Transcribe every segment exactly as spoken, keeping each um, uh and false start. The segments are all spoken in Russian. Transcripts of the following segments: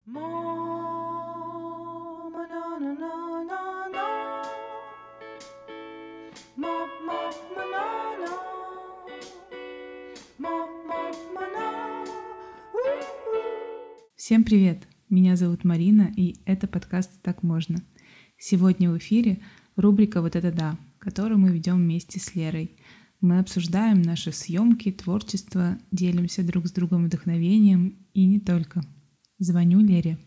Mama na na na na na. Ma ma ma na na. Ма ма ма на. У-у. Всем привет! Меня зовут Марина, и это подкаст «Так можно». Сегодня в эфире рубрика «Вот это да», которую мы ведем вместе с Лерой. Мы обсуждаем наши съемки, творчество, делимся друг с другом вдохновением и не только. Звоню Лере.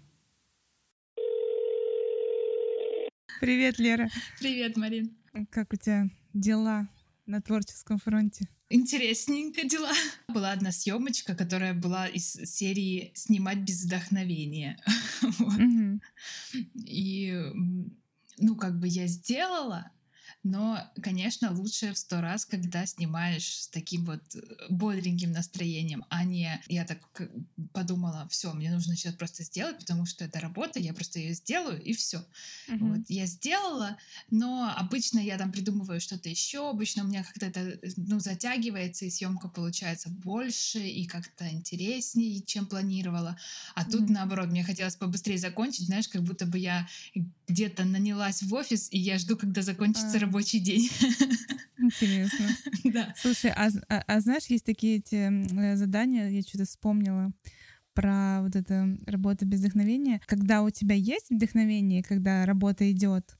Привет, Лера. Привет, Марин. Как у тебя дела на творческом фронте? Интересненько дела. Была одна съемочка, которая была из серии «Снимать без вдохновения». Вот. Мгм. И, м, ну, как бы я сделала, но, конечно, лучше в сто раз, когда снимаешь с таким вот э, бодреньким настроением, а не я так к- подумала, все, мне нужно сейчас просто сделать, потому что это работа, я просто ее сделаю и все. Вот Мгм. я сделала, но обычно я там придумываю что-то еще, обычно у меня как-то это э, ну затягивается и съемка получается больше и как-то интереснее, чем планировала. А тут Мгм. наоборот, мне хотелось побыстрее закончить, знаешь, как будто бы я где-то нанялась в офис, и я жду, когда закончится А, рабочий день. интересно. Да. Слушай, а, з- а- а знаешь, есть такие эти м, э, задания, я что-то вспомнила про вот это работа без вдохновения. Когда у тебя есть вдохновение, когда работа идет,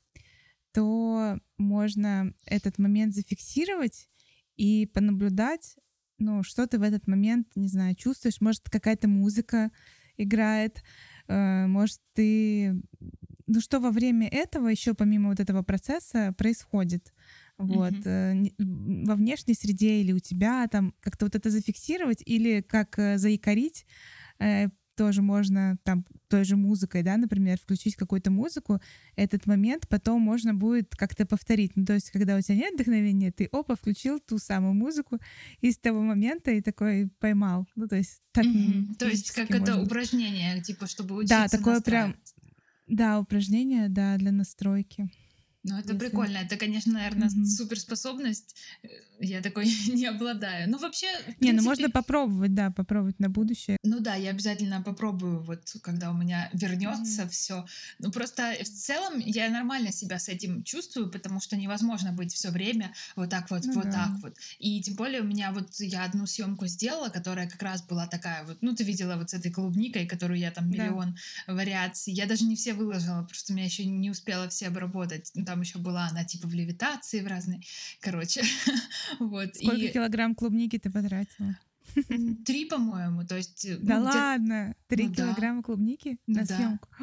то можно этот момент зафиксировать и понаблюдать, ну, что ты в этот момент, не знаю, чувствуешь. Может, какая-то музыка играет, э, может, ты... Ну, что во время этого еще помимо вот этого процесса происходит? Вот. Мгм. э, не- м, Во внешней среде или у тебя там как-то вот это зафиксировать или как э, заикарить, э, тоже можно там той же музыкой, да, например, включить какую-то музыку, этот момент потом можно будет как-то повторить. Ну, то есть, когда у тебя нет вдохновения, ты, опа, включил ту самую музыку из того момента и такой поймал. Ну, то есть, так м, Мгм. То есть физически как это можно. упражнение, типа, чтобы Да, учиться такое прям, настраиваться. да, упражнение, да, для настройки. Ну, это Если... прикольно. Это, конечно, наверное, Мгм. суперспособность. Э, Я такой не обладаю. Ну, вообще, в Не, ну можно принципе, попробовать, да, попробовать на будущее. ну да, я обязательно попробую, вот когда у меня Мгм. вернется все. Ну просто в целом я нормально себя с этим чувствую, потому что невозможно быть все время вот так вот, Ну вот да. так вот. И тем более у меня вот я одну съемку сделала, которая как раз была такая вот, ну ты видела вот с этой клубникой, которую я там Да. миллион вариаций. Я даже не все выложила, просто у меня еще не успела все обработать. Ну, там еще была она типа в левитации в разной, короче, вот. Сколько И килограмм клубники ты потратила? м, три, по-моему, то есть, э, Да ну где-то, ладно! ну Три да. килограмма клубники Ну на да. съемку.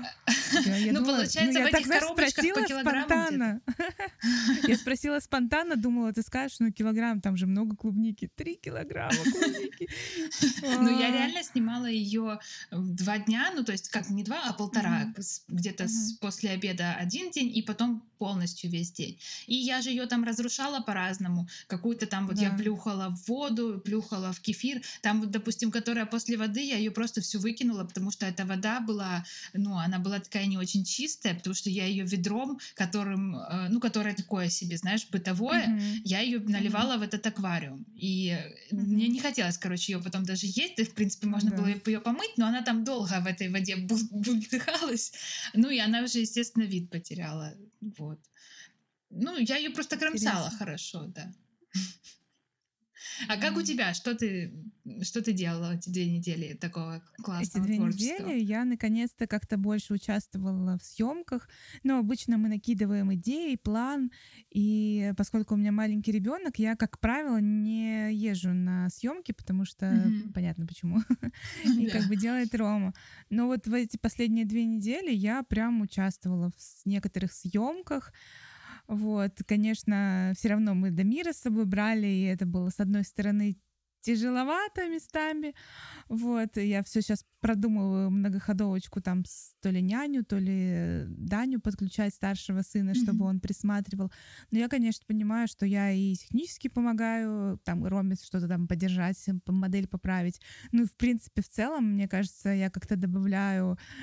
Я, я Ну, думала, ну получается, в я так, этих знаешь, коробочках по спросила килограмму где-то. спонтанно. Я спросила спонтанно, думала, ты скажешь, ну килограмм, там же много клубники. Три килограмма клубники. Ну, я А, реально снимала ее два дня, ну, то есть как не два, а полтора, мгм, к- с- где-то с- мгм. после обеда один день и потом полностью весь день. И я же ее там разрушала по-разному. Какую-то там вот я Да. плюхала в воду, плюхала в кефир. Там вот, допустим, которая после воды, я ее просто всю выкинула, потому что эта вода была, ну, она была такая не очень чистая, потому что я ее ведром, которым, э, ну, которое такое себе, знаешь, бытовое, Мгм, я ее мгм, наливала в этот аквариум. И э, мне мгм. не хотелось, короче, ее потом даже есть. Да, в принципе, Ну можно было да. ее помыть, но она там долго в этой воде бу- бултыхалась. Ну, и она уже, естественно, вид потеряла. Вот. Ну, я ее просто кромсала Интересно. хорошо, да. А как у М. тебя? Что ты, что ты делала эти две недели такого Эти классного две творческого? недели я наконец-то как-то больше участвовала в съемках. Но обычно мы накидываем идеи, план. И поскольку у меня маленький ребенок, я, как правило, не езжу на съемки, потому что Мгм. понятно почему. И как Да. бы делает Рома. Но вот в эти последние две недели я прям участвовала в с- некоторых съемках. Вот, конечно, все равно мы до мира с собой брали, и это было, с одной стороны, тяжеловато местами, вот, и я все сейчас продумываю многоходовочку там с то ли няню, то ли э, Даню подключать, старшего сына, чтобы Мгм. он присматривал. Но я, конечно, понимаю, что я и технически помогаю, там, Роме что-то там поддержать, м, модель поправить. Ну, и, в принципе, в целом, мне кажется, я как-то добавляю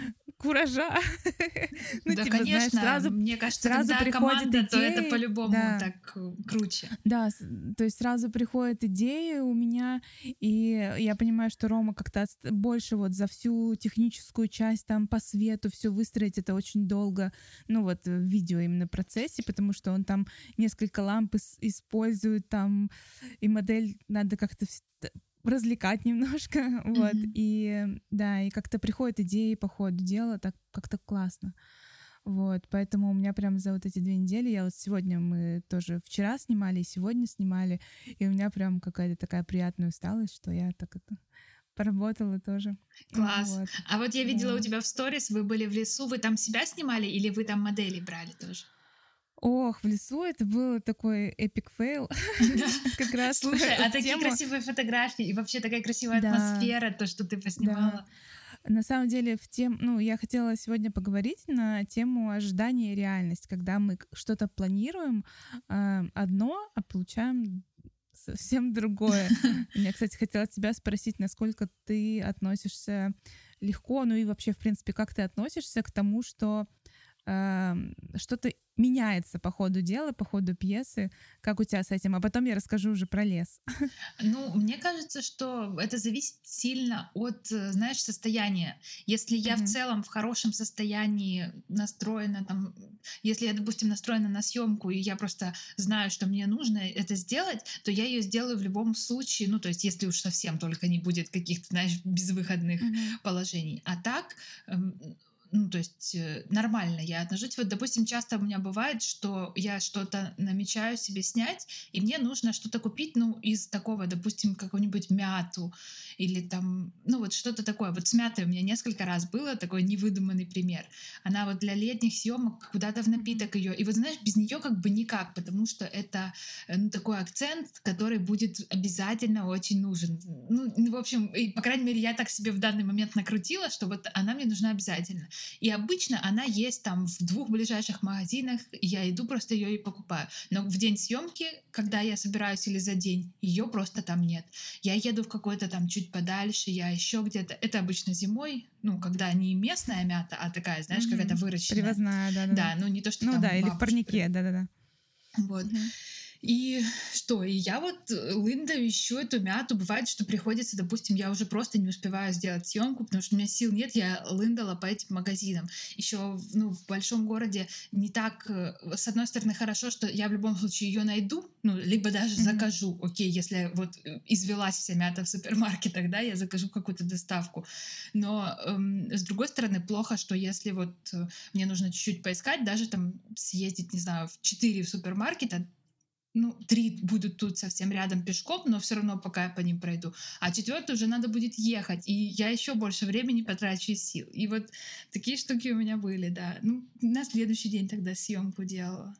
куража. Ну, Да, типа, знаешь, конечно. сразу Мне кажется, сразу когда приходят команда, то это идеи. по-любому Да, так э, круче. да, с то есть сразу приходят идеи у меня, и я понимаю, что Рома как-то отст больше вот за всю техническую часть, там, по свету всё выстроить — это очень долго. Ну, вот в видео именно процессе, потому что он там несколько ламп ис использует, там, и модель надо как-то вс т развлекать немножко. Вот, Мгм. и да, и как-то приходят идеи по ходу дела, так как-то классно. Вот, поэтому у меня прям за вот эти две недели, я вот сегодня мы тоже вчера снимали и сегодня снимали, и у меня прям какая-то такая приятная усталость, что я так это поработала тоже. М, Класс. вот, А вот я видела у да. тебя в сторис, вы были в лесу, вы там себя снимали или вы там моделей брали тоже? Ох, в лесу это был такой эпик фейл, Да. как раз Слушай, а в такие тему. красивые фотографии и вообще такая красивая Да, атмосфера, то, что ты да. поснимала. На самом деле, в тем, ну, я хотела сегодня поговорить на тему ожидания и реальность, когда мы к- что-то планируем а, одно, а получаем совсем другое. Мне, кстати, хотела тебя спросить, насколько ты относишься легко, ну и вообще, в принципе, как ты относишься к тому, что ам, что-то меняется по ходу дела, по ходу пьесы, как у тебя с этим, а потом я расскажу уже про лес. Ну, мне кажется, что это зависит сильно от, э, знаешь, состояния. Если я в Мгм. целом в хорошем состоянии настроена, там, если я, допустим, настроена на съемку, и я просто знаю, что мне нужно это сделать, то я ее сделаю в любом случае. Ну, то есть, если уж совсем только не будет каких-то, знаешь, безвыходных Мгм. положений. А так, эм, ну, то есть э, нормально я отношусь. Вот, допустим, часто у меня бывает, что я что-то намечаю себе снять, и мне нужно что-то купить, ну, из такого, допустим, какую-нибудь мяту или там, ну, вот что-то такое. Вот с мятой у меня несколько раз было такой невыдуманный пример. Она вот для летних съемок куда-то в Мгм. напиток ее. И вот знаешь, без нее как бы никак, потому что это э, ну, такой акцент, который будет обязательно очень нужен. Ну, ну, в общем, и, по крайней мере, я так себе в данный момент накрутила, что вот она мне нужна обязательно. И обычно она есть там в двух ближайших магазинах, и я иду просто ее и покупаю. Но в день съемки, когда я собираюсь или за день, ее просто там нет. Я еду в какой-то там чуть подальше, я еще где-то. Это обычно зимой, ну, когда не местная мята, а такая, знаешь, какая-то Мгм. выращенная. Привозная, да-да-да. Да, ну не то, что Ну да, там или в бабушка парнике, привозит. да-да-да. Вот. Мгм. И что? И я вот э, лындаю, ищу эту мяту. Бывает, что приходится, допустим, я уже просто не успеваю сделать съемку, потому что у меня сил нет, я лындала по этим магазинам. Еще ну, в большом городе не так, э, с одной стороны, хорошо, что я в любом случае ее найду, ну, либо даже Мгм. закажу. Окей, если вот э, извелась вся мята в супермаркетах, да, я закажу какую-то доставку. Но эм, с другой стороны, плохо, что если вот э, мне нужно чуть-чуть поискать, даже там съездить, не знаю, в четыре супермаркета, ну, три будут тут совсем рядом пешком, но все равно пока я по ним пройду. А четвертый уже надо будет ехать, и я еще больше времени потрачу и сил. И вот такие штуки у меня были, да. Ну, на следующий день тогда съемку делала.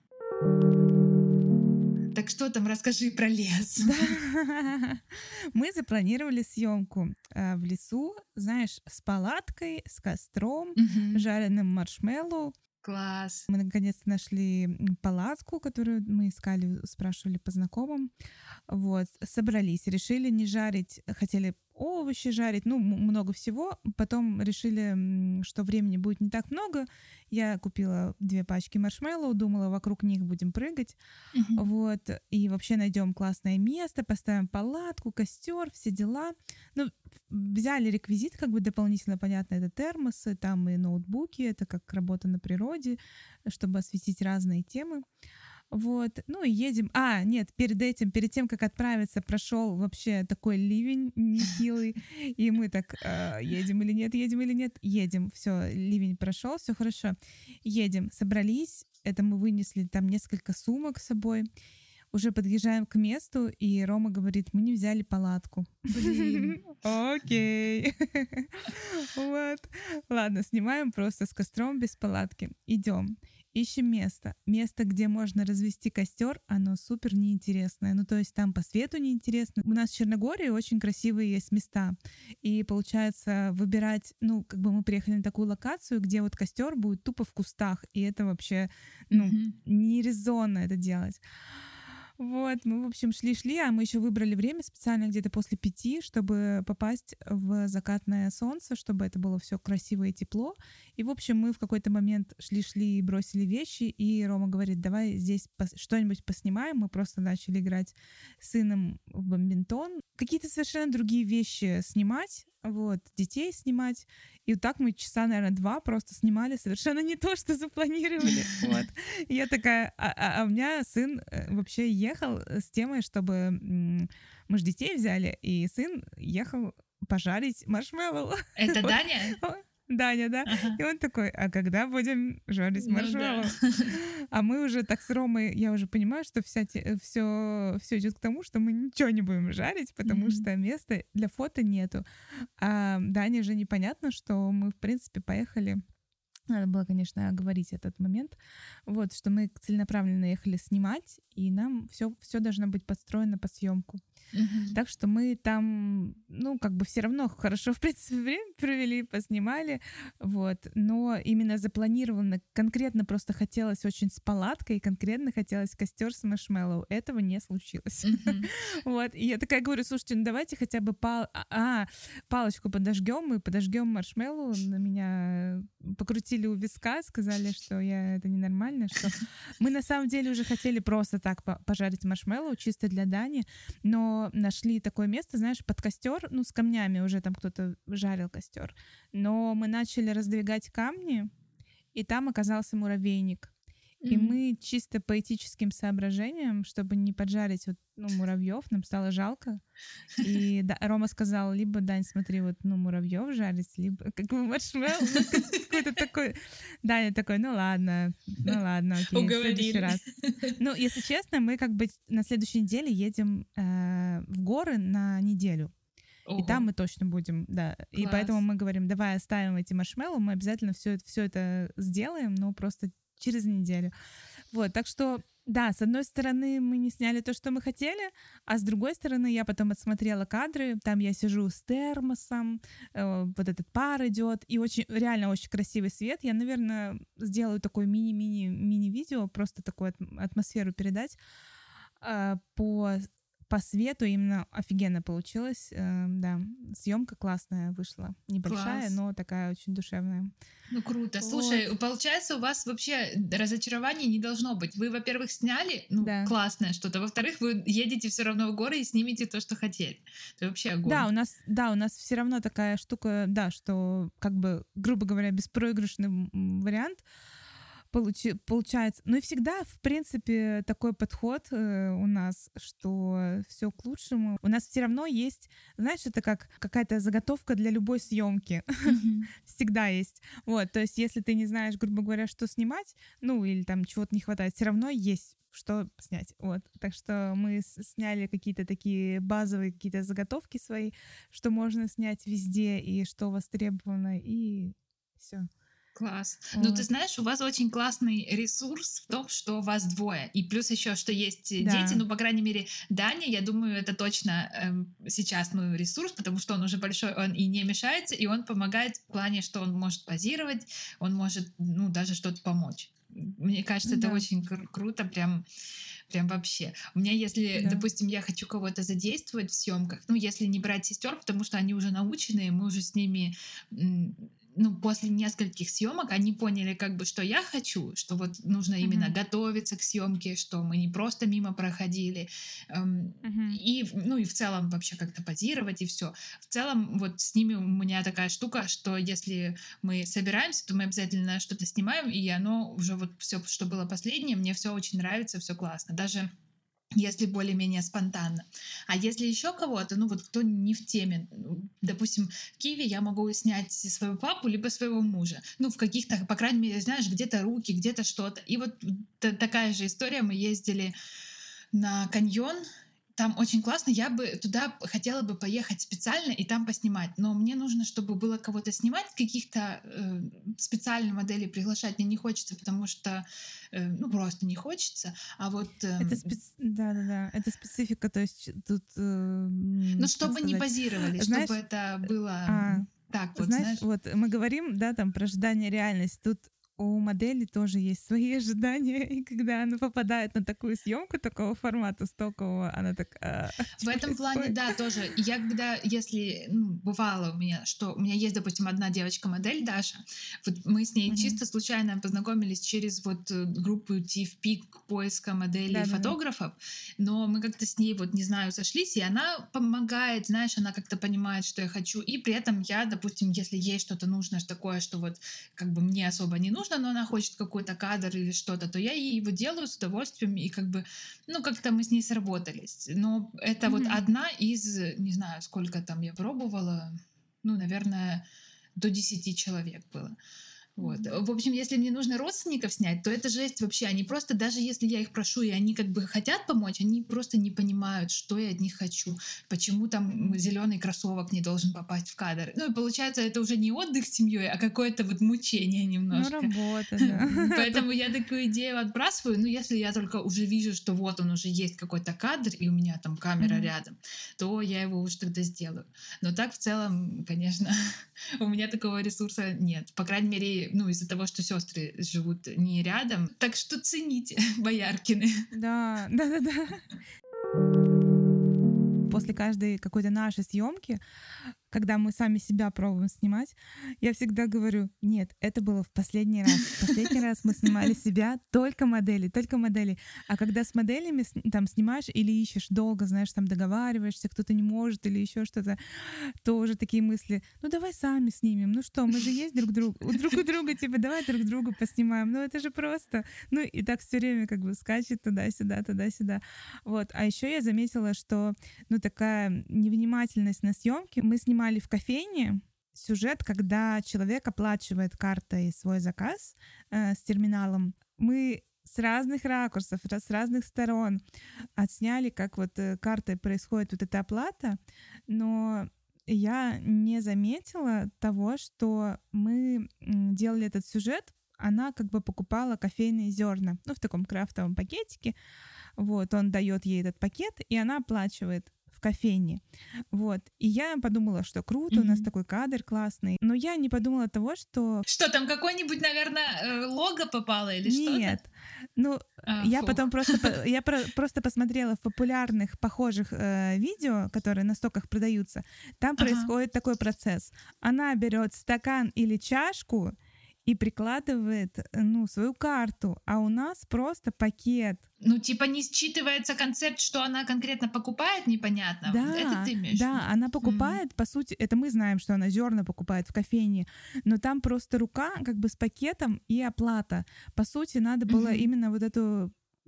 Так что там, расскажи про лес. Да, мы запланировали съемку а, в лесу, знаешь, с палаткой, с костром, Мгм. жареным маршмеллоу. Класс. Мы наконец-то нашли м, палатку, которую мы искали, спрашивали по знакомым. Вот, собрались, решили не жарить, хотели овощи жарить, ну, м- много всего. Потом решили, м, что времени будет не так много. Я купила две пачки маршмеллоу, думала, вокруг них будем прыгать. Мгм. Вот, и вообще найдем классное место, поставим палатку, костер, все дела. Ну, взяли реквизит, как бы дополнительно, понятно, это термосы, там и ноутбуки, это как работа на природе, чтобы осветить разные темы. Вот, ну и едем. А, нет, перед этим, перед тем, как отправиться, прошел вообще такой ливень нехилый, и мы так, э, едем или нет, едем или нет, едем. Все, ливень прошел, все хорошо. Едем, собрались, это мы вынесли там несколько сумок с собой, уже подъезжаем к месту, и Рома говорит, мы не взяли палатку. Блин. Окей. Вот. Ладно, снимаем просто с костром без палатки. Идем. Ищем место. Место, где можно развести костер, оно супер неинтересное. Ну, то есть там по свету неинтересно. У нас в Черногории очень красивые есть места. И получается выбирать, ну, как бы мы приехали на такую локацию, где вот костер будет тупо в кустах. И это вообще, ну, Мгм. не резонно это делать. Вот, мы, в общем, шли-шли, а мы еще выбрали время специально где-то после пяти, чтобы попасть в закатное солнце, чтобы это было все красиво и тепло. И, в общем, мы в какой-то момент шли-шли и бросили вещи, и Рома говорит, давай здесь пос- что-нибудь поснимаем. Мы просто начали играть с сыном в бадминтон. Какие-то совершенно другие вещи снимать, вот, детей снимать. И вот так мы часа, наверное, два просто снимали совершенно не то, что запланировали. Вот. И я такая, а, а- а у меня сын э, вообще ехал с темой, чтобы м, мы же детей взяли, и сын ехал пожарить маршмеллоу. Это Вот. Даня? О, Даня, да. Ага. И он такой, а когда будем жарить Ну да. маршмеллоу? А мы уже так с Ромой, я уже понимаю, что вся те, все, все идет к тому, что мы ничего не будем жарить, потому Мгм. что места для фото нету. А Дане же непонятно, что мы, в принципе, поехали. Надо было, конечно, оговорить этот момент. Вот, что мы целенаправленно ехали снимать, и нам все, все должно быть подстроено под съемку. Мгм. Так что мы там, ну, как бы все равно хорошо, в принципе, время провели, поснимали, вот. Но именно запланированно, конкретно просто хотелось очень с палаткой, конкретно хотелось костер с маршмеллоу. Этого не случилось. Мгм. Вот. И я такая говорю, слушайте, ну давайте хотя бы пал... а, а, палочку подожгем, мы подожгем маршмеллоу. На меня покрутили у виска, сказали, что я это ненормально, что мы на самом деле уже хотели просто так по- пожарить маршмеллоу, чисто для Дани, но нашли такое место, знаешь, под костер, ну, с камнями уже там кто-то жарил костер. Но мы начали раздвигать камни, и там оказался муравейник. И Мгм. мы чисто по этическим соображениям, чтобы не поджарить вот, ну, муравьев, нам стало жалко. И да, Рома сказал, либо, Дань, смотри, вот, ну, муравьев жарить, либо как бы маршмеллоу, ну, как- какой-то такой. Даня такой, ну, ладно, ну, ладно, окей, в следующий Уговорили. раз. Ну, если честно, мы как бы на следующей неделе едем э, в горы на неделю. И там Ого, мы точно будем, да. И поэтому класс. мы говорим, давай оставим эти маршмеллоу, мы обязательно все, все это сделаем, но просто через неделю. Вот, так что, да, с одной стороны, мы не сняли то, что мы хотели, а с другой стороны, я потом отсмотрела кадры, там я сижу с термосом, э, вот этот пар идет, и очень, реально очень красивый свет. Я, наверное, сделаю такое мини-мини-мини-видео, просто такую атм- атмосферу передать а, по по свету именно офигенно получилось. э, Да, съемка классная вышла. Небольшая, Класс. но такая очень душевная. Ну круто. Вот, Слушай, получается, у вас вообще разочарований не должно быть. Вы, во-первых, сняли, ну, да. классное что-то. Во-вторых, вы едете все равно в горы и снимете то, что хотели. Это вообще Да, огонь. у нас, да, у нас все равно такая штука, да, что как бы, грубо говоря, беспроигрышный м, вариант получи- получается. Ну и всегда, в принципе, такой подход э, у нас, что все к лучшему. У нас все равно есть, знаешь, это как какая-то заготовка для любой съемки. Мгм. Всегда есть. Вот, то есть, если ты не знаешь, грубо говоря, что снимать, ну или там чего-то не хватает, все равно есть что снять. Вот. Так что мы с- сняли какие-то такие базовые какие-то заготовки свои, что можно снять везде и что востребовано, и все. Класс. Ну, ты Вот. знаешь, у вас очень классный ресурс в том, что вас двое. И плюс еще, что есть э, дети. Да. Ну, по крайней мере, Даня, я думаю, это точно эм, сейчас мой ресурс, потому что он уже большой, он и не мешается, и он помогает в плане, что он может позировать, он может, ну, даже что-то помочь. Мне кажется, это Да. очень кру- круто, прям, прям вообще. У меня, если, Да. допустим, я хочу кого-то задействовать в съемках, ну, если не брать сестер, потому что они уже наученные, мы уже с ними м, ну, после нескольких съемок они поняли, как бы, что я хочу, что вот нужно именно Мгм. готовиться к съемке, что мы не просто мимо проходили, эм, Мгм. и, ну, и в целом вообще как-то позировать, и все. В целом, вот с ними у меня такая штука, что если мы собираемся, то мы обязательно что-то снимаем, и оно уже вот все, что было последнее, мне все очень нравится, все классно. Даже если более-менее спонтанно. А если еще кого-то, ну вот кто не в теме, ну, допустим, в Киеве я могу снять своего папу либо своего мужа. Ну, в каких-то, по крайней мере, знаешь, где-то руки, где-то что-то. И вот та- такая же история. Мы ездили на каньон. Там очень классно. Я бы туда хотела бы поехать специально и там поснимать. Но мне нужно, чтобы было кого-то снимать, каких-то э, специальных моделей приглашать мне не хочется, потому что, э, ну, просто не хочется. А вот Это эм, спец... Да-да-да, это специфика, то есть тут, э, ну, м, как чтобы не сказать, позировали, чтобы знаешь, это было а, м, так вот, знаешь, знаешь. вот мы говорим, да, там про ожидание реальность. Тут у модели тоже есть свои ожидания, и когда она попадает на такую съемку такого формата стокового, она так: «А, В что этом плане, происходит?» да, тоже. Я когда, если, ну, бывало у меня, что у меня есть, допустим, одна девочка-модель, Даша, вот мы с ней Мгм. чисто случайно познакомились через вот э, группу TeamSpeak поиска моделей и Да-да-да. фотографов, но мы как-то с ней, вот, не знаю, сошлись, и она помогает, знаешь, она как-то понимает, что я хочу, и при этом я, допустим, если ей что-то нужно такое, что вот как бы мне особо не нужно, но она хочет какой-то кадр или что-то, то я ей его делаю с удовольствием, и как бы, ну, как-то мы с ней сработались. Но это вот Мгм. одна из, э, не знаю, сколько там я пробовала, ну, наверное, до десяти человек было. Вот. Мгм. В общем, если мне нужно родственников снять, то это жесть вообще. Они просто, даже если я их прошу, и они как бы хотят помочь, они просто не понимают, что я от них хочу, почему там Мгм. зеленый кроссовок не должен попасть в кадр. Ну и получается, это уже не отдых с семьей, а какое-то вот мучение Ну, немножко. работа, да. Тут Поэтому я такую идею отбрасываю. Ну, если я только уже вижу, что вот он уже есть какой-то кадр, и у меня там камера Мгм. рядом, то я его уже тогда сделаю. Но так в целом, конечно, у меня такого ресурса нет. По крайней мере, ну, из-за того, что сестры живут не рядом. Так что цените, бояркины. Да, да-да-да. После каждой какой-то нашей съемки, когда мы сами себя пробуем снимать, я всегда говорю: «Нет, это было в последний раз. В последний раз мы снимали себя, только модели, только модели». А когда с моделями с там снимаешь или ищешь долго, знаешь, там договариваешься, кто-то не может или еще что-то, то уже такие мысли: «Ну, давай сами снимем. Ну что, мы же есть друг друг у друг у друга, типа, давай друг друга поснимаем. Ну, это же просто». Ну, и так все время как бы скачет туда-сюда, туда-сюда. Вот. А еще я заметила, что, ну, такая невнимательность на съемке. Мы снимали в кофейне сюжет, когда человек оплачивает картой свой заказ э, с терминалом. Мы с разных ракурсов, ра- с разных сторон отсняли, как вот э, картой происходит вот эта оплата, но я не заметила того, что мы м, делали этот сюжет, она как бы покупала кофейные зерна, ну, в таком крафтовом пакетике, вот, он дает ей этот пакет, и она оплачивает в кофейне. Вот. И я подумала, что круто, у нас Мгм. такой кадр классный. Но я не подумала того, что Что там, какой-нибудь, наверное, э, лого попало или что-то? нет. Ну, А, я фух. потом просто, по- я про- просто посмотрела в популярных, похожих э, видео, которые на стоках продаются. Там Ага. происходит такой процесс. Она берет стакан или чашку и прикладывает, э, ну, свою карту, а у нас просто пакет. Ну, типа не считывается концепт, что она конкретно покупает, непонятно. Это Да, ты имеешь в да, виду? она М. покупает, по сути, это мы знаем, что она зерна покупает в кофейне, но там просто рука как бы с пакетом и оплата. По сути, надо было Мгм. именно вот эту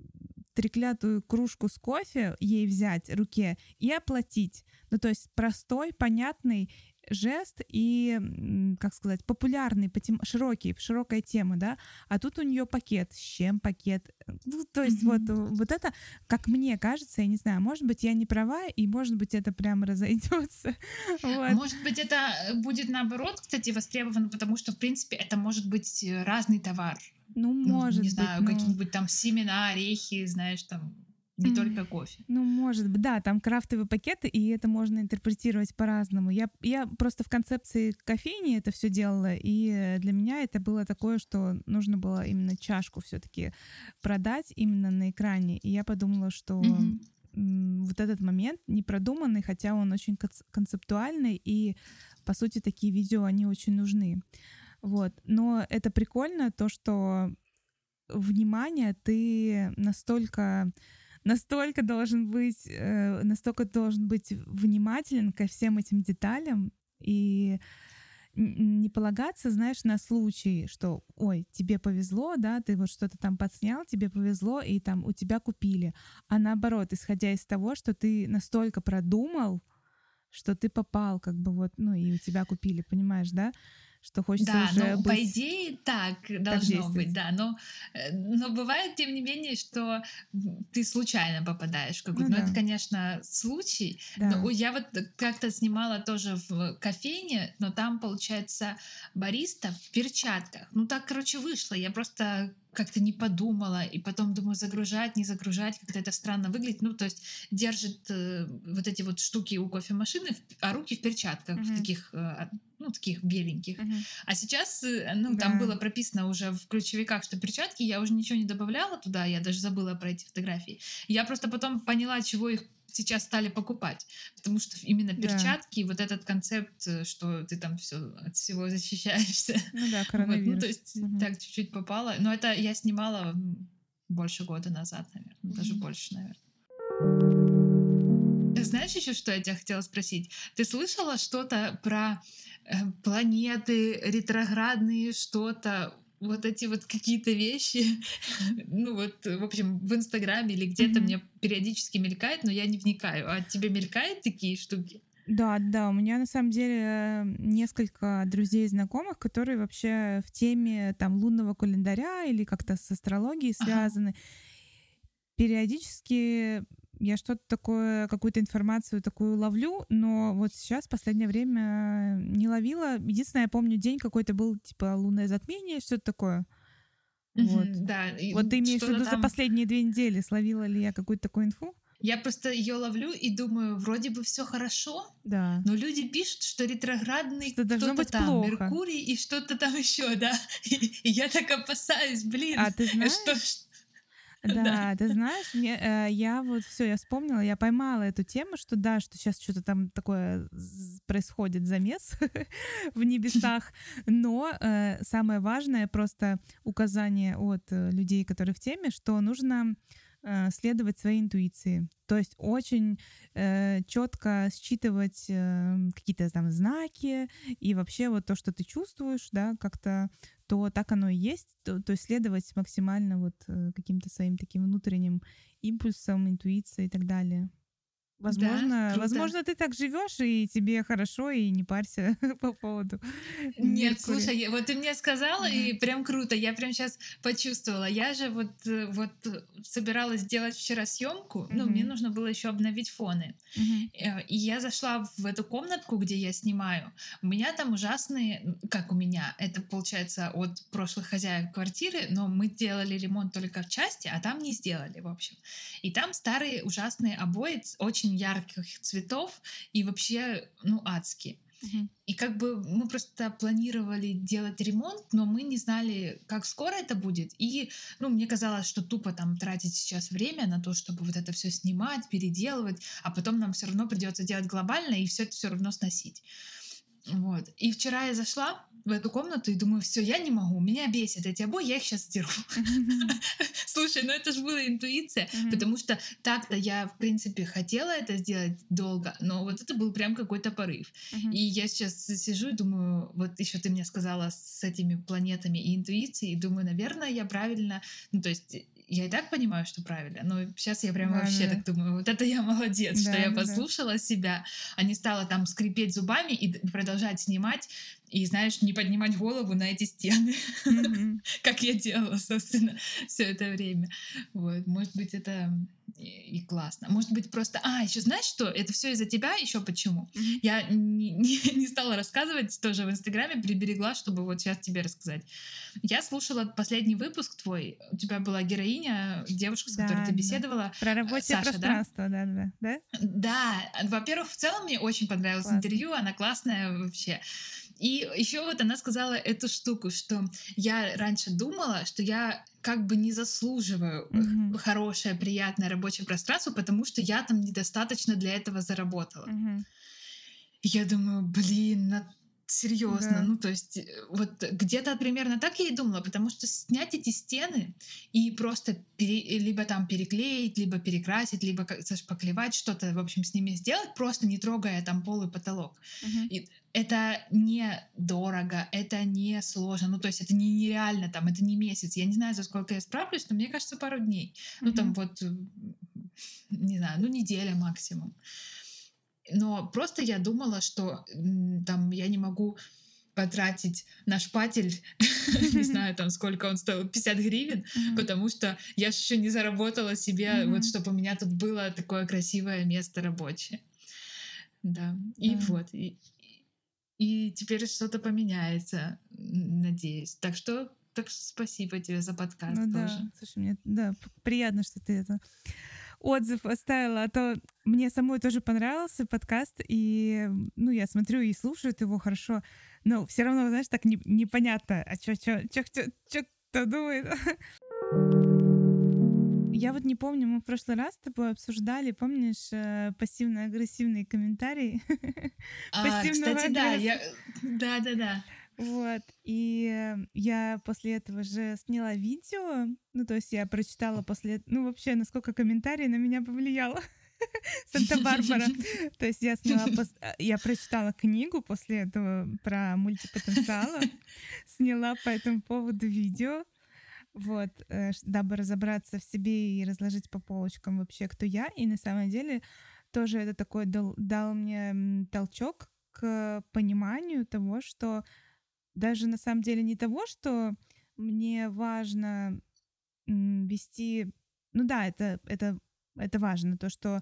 треклятую кружку с кофе ей взять руке и оплатить. Ну, то есть простой, понятный жест и, м, как сказать, популярный, по тем- широкий, широкая тема, да, а тут у нее пакет. С чем пакет? Ну, то есть вот, Мгм. э, вот это, как мне кажется, я не знаю, может быть, я не права, и, может быть, это прям разойдется. А Вот. может быть, это э, будет наоборот, кстати, востребовано, потому что, в принципе, это может быть э, разный товар. Ну, Ну, не может быть, знаю, но какие-нибудь там семена, орехи, знаешь, там не М, только кофе. ну, может быть, да, там крафтовые пакеты, и это можно интерпретировать по-разному. Я, я просто в концепции кофейни это все делала, и э, для меня это было такое, что нужно было именно чашку все-таки продать именно на экране. И я подумала, что Мгм. м, вот этот момент не продуманный, хотя он очень конц- концептуальный, и, по сути, такие видео, они очень нужны. Вот. Но это прикольно, то, что внимание ты настолько настолько должен быть, э, настолько должен быть внимателен ко всем этим деталям и н- не полагаться, знаешь, на случай, что, ой, тебе повезло, да, ты вот что-то там подснял, тебе повезло, и там у тебя купили. А наоборот, исходя из того, что ты настолько продумал, что ты попал, как бы вот, ну, и у тебя купили, понимаешь, да? Что хочется Да, уже ну, по быть, идее, так так должно быть, действовать. да. Но, э, но бывает, тем не менее, что м, ты случайно попадаешь в Ну какую-то... Ну, это, да, конечно, случай. Но да. у- я вот как-то снимала тоже в кофейне, но там, получается, бариста в перчатках. Ну, так, короче, вышло. Я просто как-то не подумала, и потом думаю, загружать, не загружать, как-то это странно выглядит. Ну, то есть держит э, вот эти вот штуки у кофемашины, в- а руки в перчатках, в Мгм. таких, э, ну, таких беленьких. Мгм. А сейчас, э, ну, там Да. было прописано уже в ключевиках, что перчатки, я уже ничего не добавляла туда, я даже забыла про эти фотографии. Я просто потом поняла, чего их сейчас стали покупать. Потому что именно Да. перчатки, вот этот концепт, э, что ты там все от всего защищаешься. Ну да, Вот, ну, то коронавирус. есть Мгм. так чуть-чуть попала. Но это я снимала м, больше года назад, наверное. Даже Мгм. больше, наверное. Знаешь еще, что я тебя хотела спросить? Ты слышала что-то про э, планеты ретроградные, что-то, вот эти вот какие-то вещи? Ну вот, э, в общем, в Инстаграме или где-то Мгм. мне периодически мелькает, но я не вникаю. А тебе мелькают такие штуки? Да, да, у меня на самом деле э, несколько друзей и знакомых, которые вообще в теме там лунного календаря или как-то с астрологией Ага. связаны. Периодически я что-то такое, какую-то информацию такую ловлю, но вот сейчас, в последнее время, не ловила. Единственное, я помню, день какой-то был, типа, лунное затмение, что-то такое. Вот. Мгм, да, и, Вот ты м, имеешь в что-то виду за там. последние две недели, словила ли я какую-то такую инфу? Я просто ее ловлю и думаю, вроде бы все хорошо, Да. но люди пишут, что ретроградный Что должно кто-то быть там, плохо. Меркурий и что-то там еще, да. И я так опасаюсь, блин, А ты э, что знаешь, ж. Да. да, ты знаешь, мне, э, я вот все, я вспомнила, я поймала эту тему, что да, что сейчас что-то там такое з происходит, замес в небесах. Но, э, самое важное просто указание от, э, людей, которые в теме, что нужно, э, следовать своей интуиции. То есть очень, э, чётко считывать, э, какие-то там знаки и вообще вот то, что ты чувствуешь, да, как-то, то так оно и есть. То то есть следовать максимально вот, э, каким-то своим таким внутренним импульсам, интуиции и так далее. Да, Возможно круто. возможно, ты так живешь, и тебе хорошо, и не парься по поводу Нет, Меркурия. слушай, я- вот ты мне сказала, и Ага. прям круто, я прям сейчас почувствовала. Я же вот, э, вот э, собиралась сделать вчера съемку, ну, мне Мгм. нужно было еще обновить фоны. Мгм. Э, И я зашла в эту комнатку, где я снимаю. У меня там ужасные, м, как у меня, это получается от прошлых хозяев квартиры, но мы делали ремонт только в части, а там не сделали, в общем. И там старые ужасные обои ц- очень ярких цветов и вообще, ну, адские. Мгм. И как бы мы просто планировали делать ремонт, но мы не знали, как скоро это будет. И, ну, мне казалось, что тупо там тратить сейчас время на то, чтобы вот это все снимать, переделывать, а потом нам все равно придется делать глобально и все это все равно сносить. Вот. И вчера я зашла в эту комнату и думаю, все, я не могу, меня бесит эти обои, я их сейчас сдеру. Слушай, ну это же была интуиция, Мгм. потому что так-то я, в принципе, хотела это сделать долго, но вот это был прям какой-то порыв. Мгм. И я сейчас сижу и думаю, вот еще ты мне сказала с этими планетами и интуицией, и думаю, наверное, я правильно, ну то есть я и так понимаю, что правильно, но сейчас я прям вообще Да-да-да. так думаю, вот это я молодец, что я Да-да-да. послушала себя, а не стала там скрипеть зубами и д- продолжать снимать, и, знаешь, не поднимать голову на эти стены, Мгм. как я делала, собственно, все это время. Вот, может быть, это и и классно. Может быть, просто... А, еще знаешь что? Это все из-за тебя. Еще почему? Мгм. Я не, не, не стала рассказывать тоже в Инстаграме, приберегла, чтобы вот сейчас тебе рассказать. Я слушала последний выпуск твой. У тебя была героиня, девушка, с которой ты Да-да. беседовала, Про э, рабочее Саша, да? пространство, да-да-да. Да? Да, во-первых, в целом мне очень понравилось Классно. интервью, она классная вообще. И еще вот она сказала эту штуку, что я раньше думала, что я как бы не заслуживаю Мгм. х- хорошее, приятное рабочее пространство, потому что я там недостаточно для этого заработала. Мгм. И я думаю, блин, на серьезно, Да. ну то есть э, вот где-то примерно так я и думала, потому что снять эти стены и просто пере- либо там переклеить, либо перекрасить, либо как зашпаклевать, что-то, в общем, с ними сделать, просто не трогая там пол и потолок. Мгм. И это не дорого, это не сложно, ну то есть это не нереально, там, это не месяц. Я не знаю, за сколько я справлюсь, но мне кажется, пару дней. Ну там Мгм. вот, э, не знаю, ну неделя максимум. Но просто я думала, что м, там я не могу потратить на шпатель, не знаю, там сколько он стоил, пятьдесят гривен, Мгм. потому что я же еще не заработала себе, вот Мгм. чтобы у меня тут было такое красивое место рабочее. Да, и Да. вот, и, и теперь что-то поменяется, н- надеюсь. Так что так что спасибо тебе за подкаст Ну тоже. да, слушай, мне да, п- приятно, что ты это отзыв оставила, а то мне самой тоже понравился подкаст, и, ну, я смотрю и слушаю его хорошо, но все равно, знаешь, так не- непонятно, а чё, чё, чё, чё, чё кто думает. Я вот не помню, мы в прошлый раз с тобой обсуждали, помнишь, э, пассивно-агрессивные комментарии А, пассивного кстати, да, я... агресса. э, Да-да-да. Вот. И э, я после этого же сняла видео. Ну, то есть я прочитала после... Ну, вообще, насколько комментарий на меня повлияло. Санта-Барбара. То есть я сняла... пос- а, Я прочитала книгу после этого про мультипотенциала. Сняла по этому поводу видео. Вот, э, ш- дабы разобраться в себе и разложить по полочкам вообще, кто я. И на самом деле тоже это такой дал, дал мне м, толчок к пониманию того, что даже на самом деле не того, что мне важно м, вести... Ну да, это, это, это важно, то, что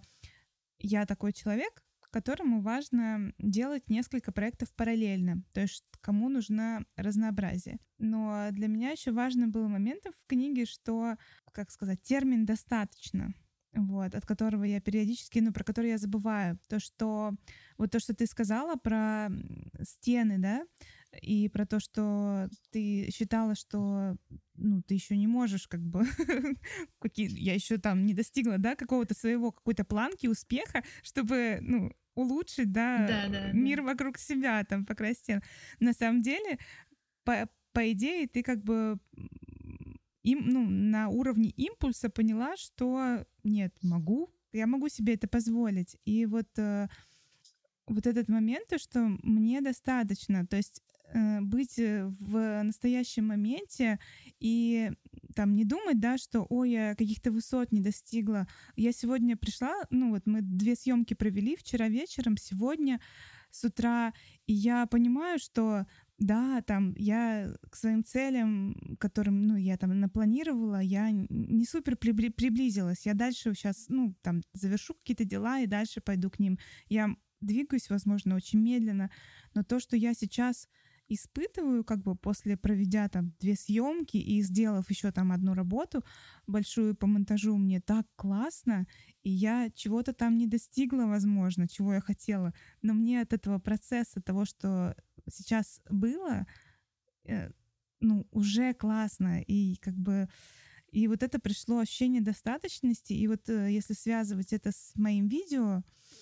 я такой человек, которому важно делать несколько проектов параллельно, то есть кому нужно разнообразие. Но для меня еще важным был момент в книге, что, как сказать, термин «достаточно», вот, от которого я периодически, ну, про который я забываю. То, что вот то, что ты сказала про м, стены, да, и про то, что ты считала, что ну, ты еще не можешь, как бы, какие, я еще там не достигла, да, какого-то своего, какой-то планки успеха, чтобы, ну, улучшить, да, Да-да-да. мир вокруг себя, там, покрасить стены. На самом деле, по, по идее, ты как бы м, им, ну, на уровне импульса поняла, что нет, могу, я могу себе это позволить. И вот, э, вот этот момент, то, что мне достаточно, то есть э, быть э, в настоящем моменте и там не думать, да, что, ой, я каких-то высот не достигла. Я сегодня пришла, ну вот мы две съемки провели вчера вечером, сегодня с утра, и я понимаю, что да, там я к своим целям, которым, ну, я там напланировала, я н- не супер прибли- приблизилась. Я дальше сейчас, ну, там, завершу какие-то дела и дальше пойду к ним. Я двигаюсь, возможно, очень медленно, но то, что я сейчас испытываю, как бы после проведя там две съемки и сделав еще там одну работу большую по монтажу, мне так классно, и я чего-то там не достигла, возможно, чего я хотела, но мне от этого процесса, того, что сейчас было, э, ну, уже классно, и как бы и вот это пришло ощущение достаточности, и вот э, если связывать это с моим видео,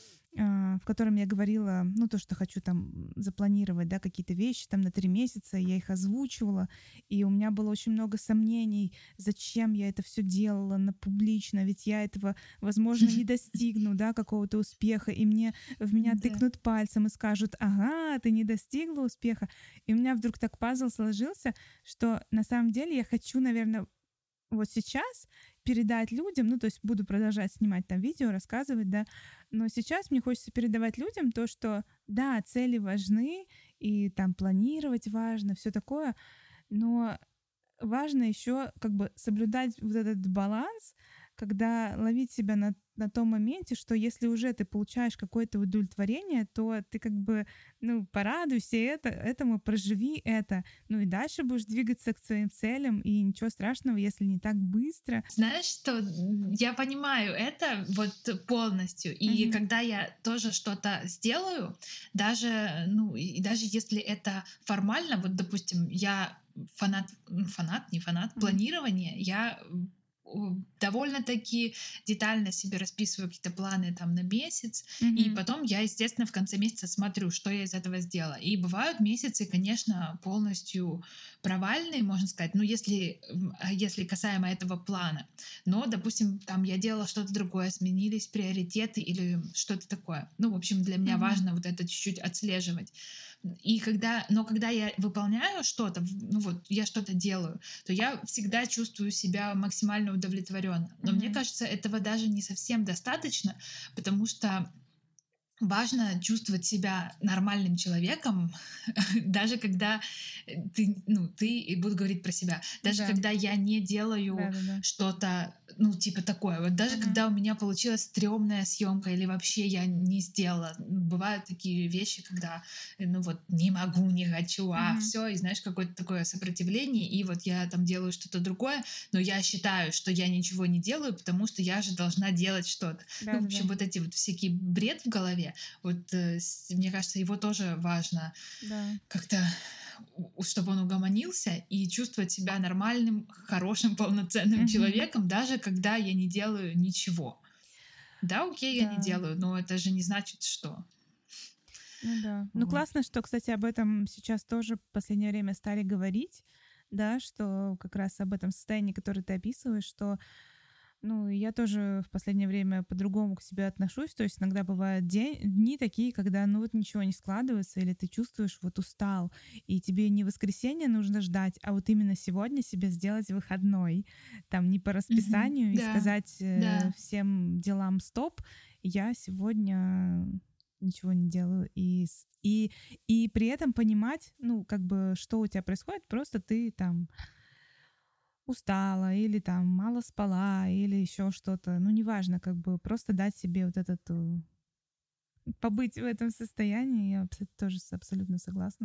а, в котором я говорила, ну, то, что хочу там запланировать, да, какие-то вещи там на три месяца, я их озвучивала, и у меня было очень много сомнений, зачем я это все делала на публично, ведь я этого, возможно, не достигну, да, какого-то успеха, и мне в меня Да. тыкнут пальцем и скажут, ага, ты не достигла успеха. И у меня вдруг так пазл сложился, что на самом деле я хочу, наверное, вот сейчас передать людям, ну, то есть буду продолжать снимать там видео, рассказывать, да, но сейчас мне хочется передавать людям то, что, да, цели важны, и там планировать важно, все такое, но важно еще как бы соблюдать вот этот баланс, когда ловить себя на, на том моменте, что если уже ты получаешь какое-то удовлетворение, то ты как бы, ну, порадуйся это, этому, проживи это, ну и дальше будешь двигаться к своим целям, и ничего страшного, если не так быстро. Знаешь, что м, я понимаю это вот полностью. И Мгм. когда я тоже что-то сделаю, даже, ну, и и даже если это формально, вот, допустим, я фанат, м, фанат, не фанат, Мгм. планирования, я м, у- довольно-таки детально себе расписываю какие-то планы там на месяц, и Мгм. потом я, естественно, в конце месяца смотрю, что я из этого сделала. И бывают месяцы, конечно, полностью провальные, можно сказать, ну, если, м, а если касаемо этого плана. Но, допустим, там я делала что-то другое, сменились приоритеты или что-то такое. Ну, в общем, для меня Мгм. важно вот это чуть-чуть отслеживать. И когда, но когда я выполняю что-то, в- ну вот я что-то делаю, то я всегда чувствую себя максимально удовлетворенно. Но мне Мгм. кажется, этого даже не совсем достаточно, потому что важно чувствовать себя нормальным человеком, даже когда ты, ну, ты, и буду говорить про себя, даже Да, когда я не делаю да-да-да. что-то, ну, типа такое. Вот даже Мгм. когда у меня получилась стрёмная съемка или вообще я не сделала. Бывают такие вещи, когда, э, ну вот, не могу, не хочу, а Мгм. все, и знаешь, какое-то такое сопротивление, и вот я там делаю что-то другое, но я считаю, что я ничего не делаю, потому что я же должна делать что-то. Ну, в Да-да-да. общем, вот эти вот всякий бред в голове, вот, э, с мне кажется, его тоже важно Да. как-то, у чтобы он угомонился и чувствовать себя нормальным, хорошим, полноценным Мгм. человеком, даже когда я не делаю ничего. Да, окей, я не Да. делаю, но это же не значит, что. Ну да. Ну Вот. классно, что, кстати, об этом сейчас тоже в последнее время стали говорить, да, что как раз об этом состоянии, которое ты описываешь, что, ну, я тоже в последнее время по-другому к себе отношусь. То есть иногда бывают день, дни такие, когда, ну, вот ничего не складывается, или ты чувствуешь, вот устал, и тебе не воскресенье нужно ждать, а вот именно сегодня себе сделать выходной, там, не по Мгм. расписанию, и Да, сказать э, да. всем делам стоп, я сегодня ничего не делаю. И, с- и, и при этом понимать, ну, как бы, что у тебя происходит, просто ты там устала или там мало спала или еще что-то. Ну, неважно, как бы просто дать себе вот этот э, побыть в этом состоянии. Я абсо- тоже с- абсолютно согласна.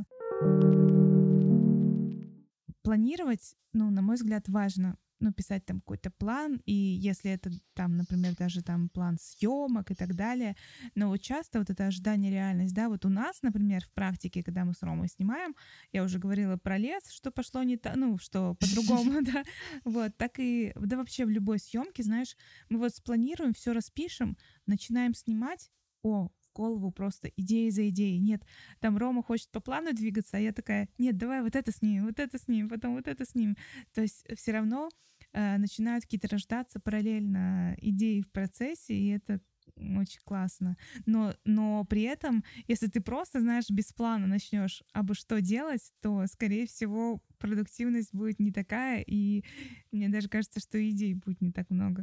Планировать, ну, на мой взгляд, важно. Ну, писать там какой-то план, и если это там, например, даже там план съемок и так далее, но вот часто вот это ожидание реальность, да, вот у нас, например, в практике, когда мы с Ромой снимаем, я уже говорила про лес, что пошло не так, ну, что по-другому, да, вот, так и, да вообще в любой съемке, знаешь, мы вот спланируем, все распишем, начинаем снимать, о, в голову просто идеи за идеей. Нет, там Рома хочет по плану двигаться, а я такая, нет, давай вот это снимем, вот это снимем, потом вот это снимем. То есть все равно э, начинают какие-то рождаться параллельно идеи в процессе, и это очень классно. Но, но при этом, если ты просто, знаешь, без плана начнешь абы что делать, то, скорее всего, продуктивность будет не такая, и мне даже кажется, что идей будет не так много.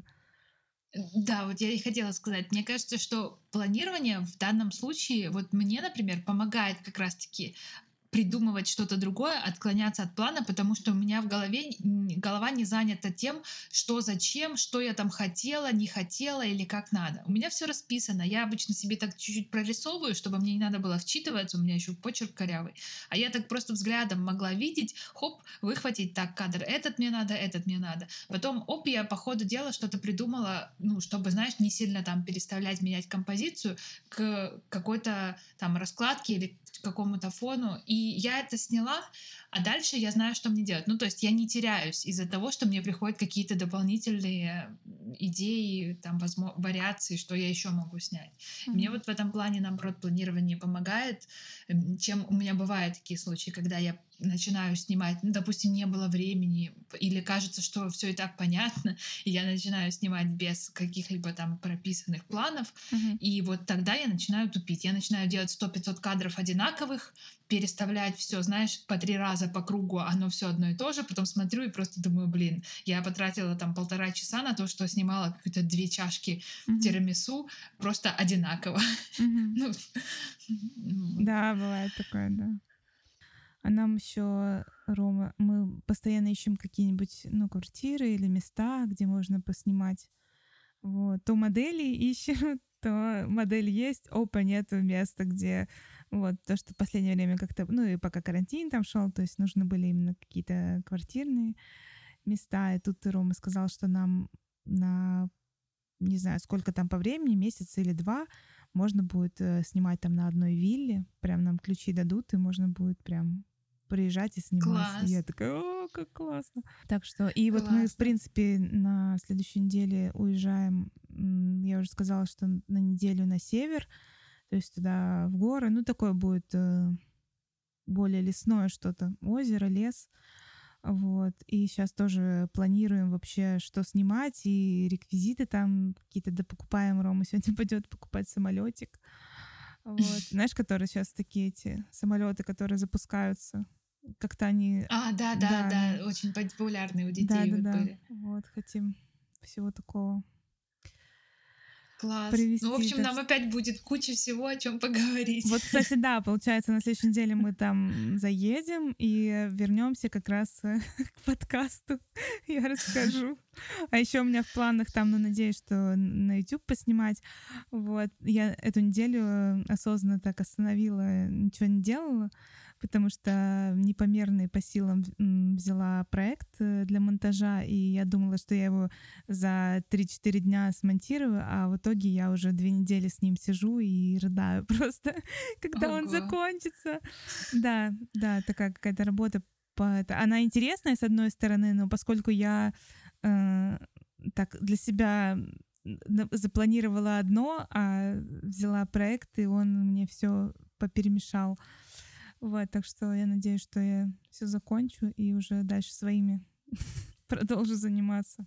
Да, вот я и хотела сказать. Мне кажется, что планирование в данном случае, вот мне, например, помогает как раз-таки придумывать что-то другое, отклоняться от плана, потому что у меня в голове н- голова не занята тем, что зачем, что я там хотела, не хотела или как надо. У меня все расписано. Я обычно себе так чуть-чуть прорисовываю, чтобы мне не надо было вчитываться, у меня еще почерк корявый. А я так просто взглядом могла видеть, хоп, выхватить так кадр. Этот мне надо, этот мне надо. Потом, оп, я по ходу дела что-то придумала, ну, чтобы, знаешь, не сильно там переставлять, менять композицию к какой-то там раскладке или к какому-то фону. И я это сняла, а дальше я знаю, что мне делать. Ну, то есть я не теряюсь из-за того, что мне приходят какие-то дополнительные идеи, там, возможно, вариации, что я еще могу снять. Мне Мгм. вот в этом плане, наоборот, планирование помогает, М, чем у меня бывают такие случаи, когда я начинаю снимать, ну, допустим, не было времени, или кажется, что все и так понятно, и я начинаю снимать без каких-либо там прописанных планов, Мгм. и вот тогда я начинаю тупить. Я начинаю делать сто пятьсот кадров одинаковых, переставлять все, знаешь, по три раза по кругу, оно все одно и то же, потом смотрю и просто думаю, блин, я потратила там полтора часа на то, что снимала какие-то две чашки Мгм. тирамису просто одинаково. Мгм. Ну, ну вот. Да, бывает такое, да. А нам еще, Рома, мы постоянно ищем какие-нибудь, ну, квартиры или места, где можно поснимать. Вот. То модели ищем, то модель есть, опа, нету места, где вот то, что в последнее время как-то, ну и пока карантин там шел, то есть нужны были именно какие-то квартирные места. И тут Рома сказал, что нам на, не знаю, сколько там по времени, месяц или два, можно будет э, снимать там на одной вилле. Прям нам ключи дадут, и можно будет прям приезжать и снимать. И я Класс, такая, о, как классно. Так что, и вот мы, в классно. принципе, на следующей неделе уезжаем. м, Я уже сказала, что на неделю на север, то есть туда в горы. Ну, такое будет э, более лесное что-то, озеро, лес. Вот. И сейчас тоже планируем вообще, что снимать, и реквизиты там какие-то допокупаем. Рома сегодня пойдет покупать самолетик. Вот. Знаешь, которые сейчас такие эти самолеты, которые запускаются. Как-то они, А, да, да, да, они, да, очень популярные у детей вот да-да-да. были. Вот, хотим всего такого. Класс. привести. Ну, в общем, Так нам что... опять будет куча всего, о чем поговорить. Вот, кстати, да, получается, на следующей неделе мы там заедем и вернемся как раз э, к подкасту. Я расскажу. А еще у меня в планах там, ну, надеюсь, что на YouTube поснимать. Вот. Я эту неделю э, осознанно так остановила, ничего не делала, потому что непомерный по силам м, взяла проект э, для монтажа, и я думала, что я его за три-четыре дня смонтирую, а в итоге я уже две недели с ним сижу и рыдаю просто, когда он Ого. закончится. Да, да, такая какая-то работа. По это. Она интересная, с одной стороны, но поскольку я э, так для себя н- запланировала одно, а взяла проект, и он мне все поперемешал. Вот, так что я надеюсь, что я все закончу и уже дальше своими продолжу заниматься.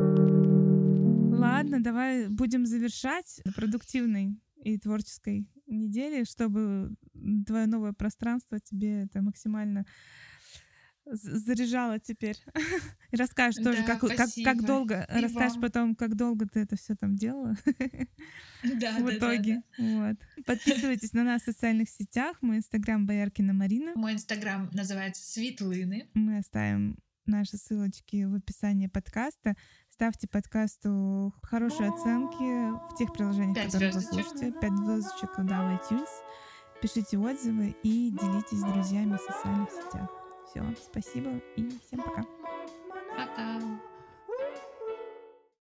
Ладно, давай будем завершать на продуктивной и творческой неделе, чтобы твое новое пространство тебе это максимально з- заряжало теперь. И расскажешь тоже, Да, как, как, как спасибо. долго, И расскажешь вам. потом, как долго ты это все там делала Да, в да, да, да. итоге. Вот. Подписывайтесь на нас в социальных сетях. Мой инстаграм Бояркина Марина. Мой инстаграм называется Светлыны. Мы оставим наши ссылочки в описании подкаста. Ставьте подкасту хорошие оценки в тех приложениях, Пять которые вы звездочек. слушаете. Пять звездочек, да, в iTunes. Пишите отзывы и делитесь с друзьями в социальных сетях. Все, спасибо и всем пока. Пока.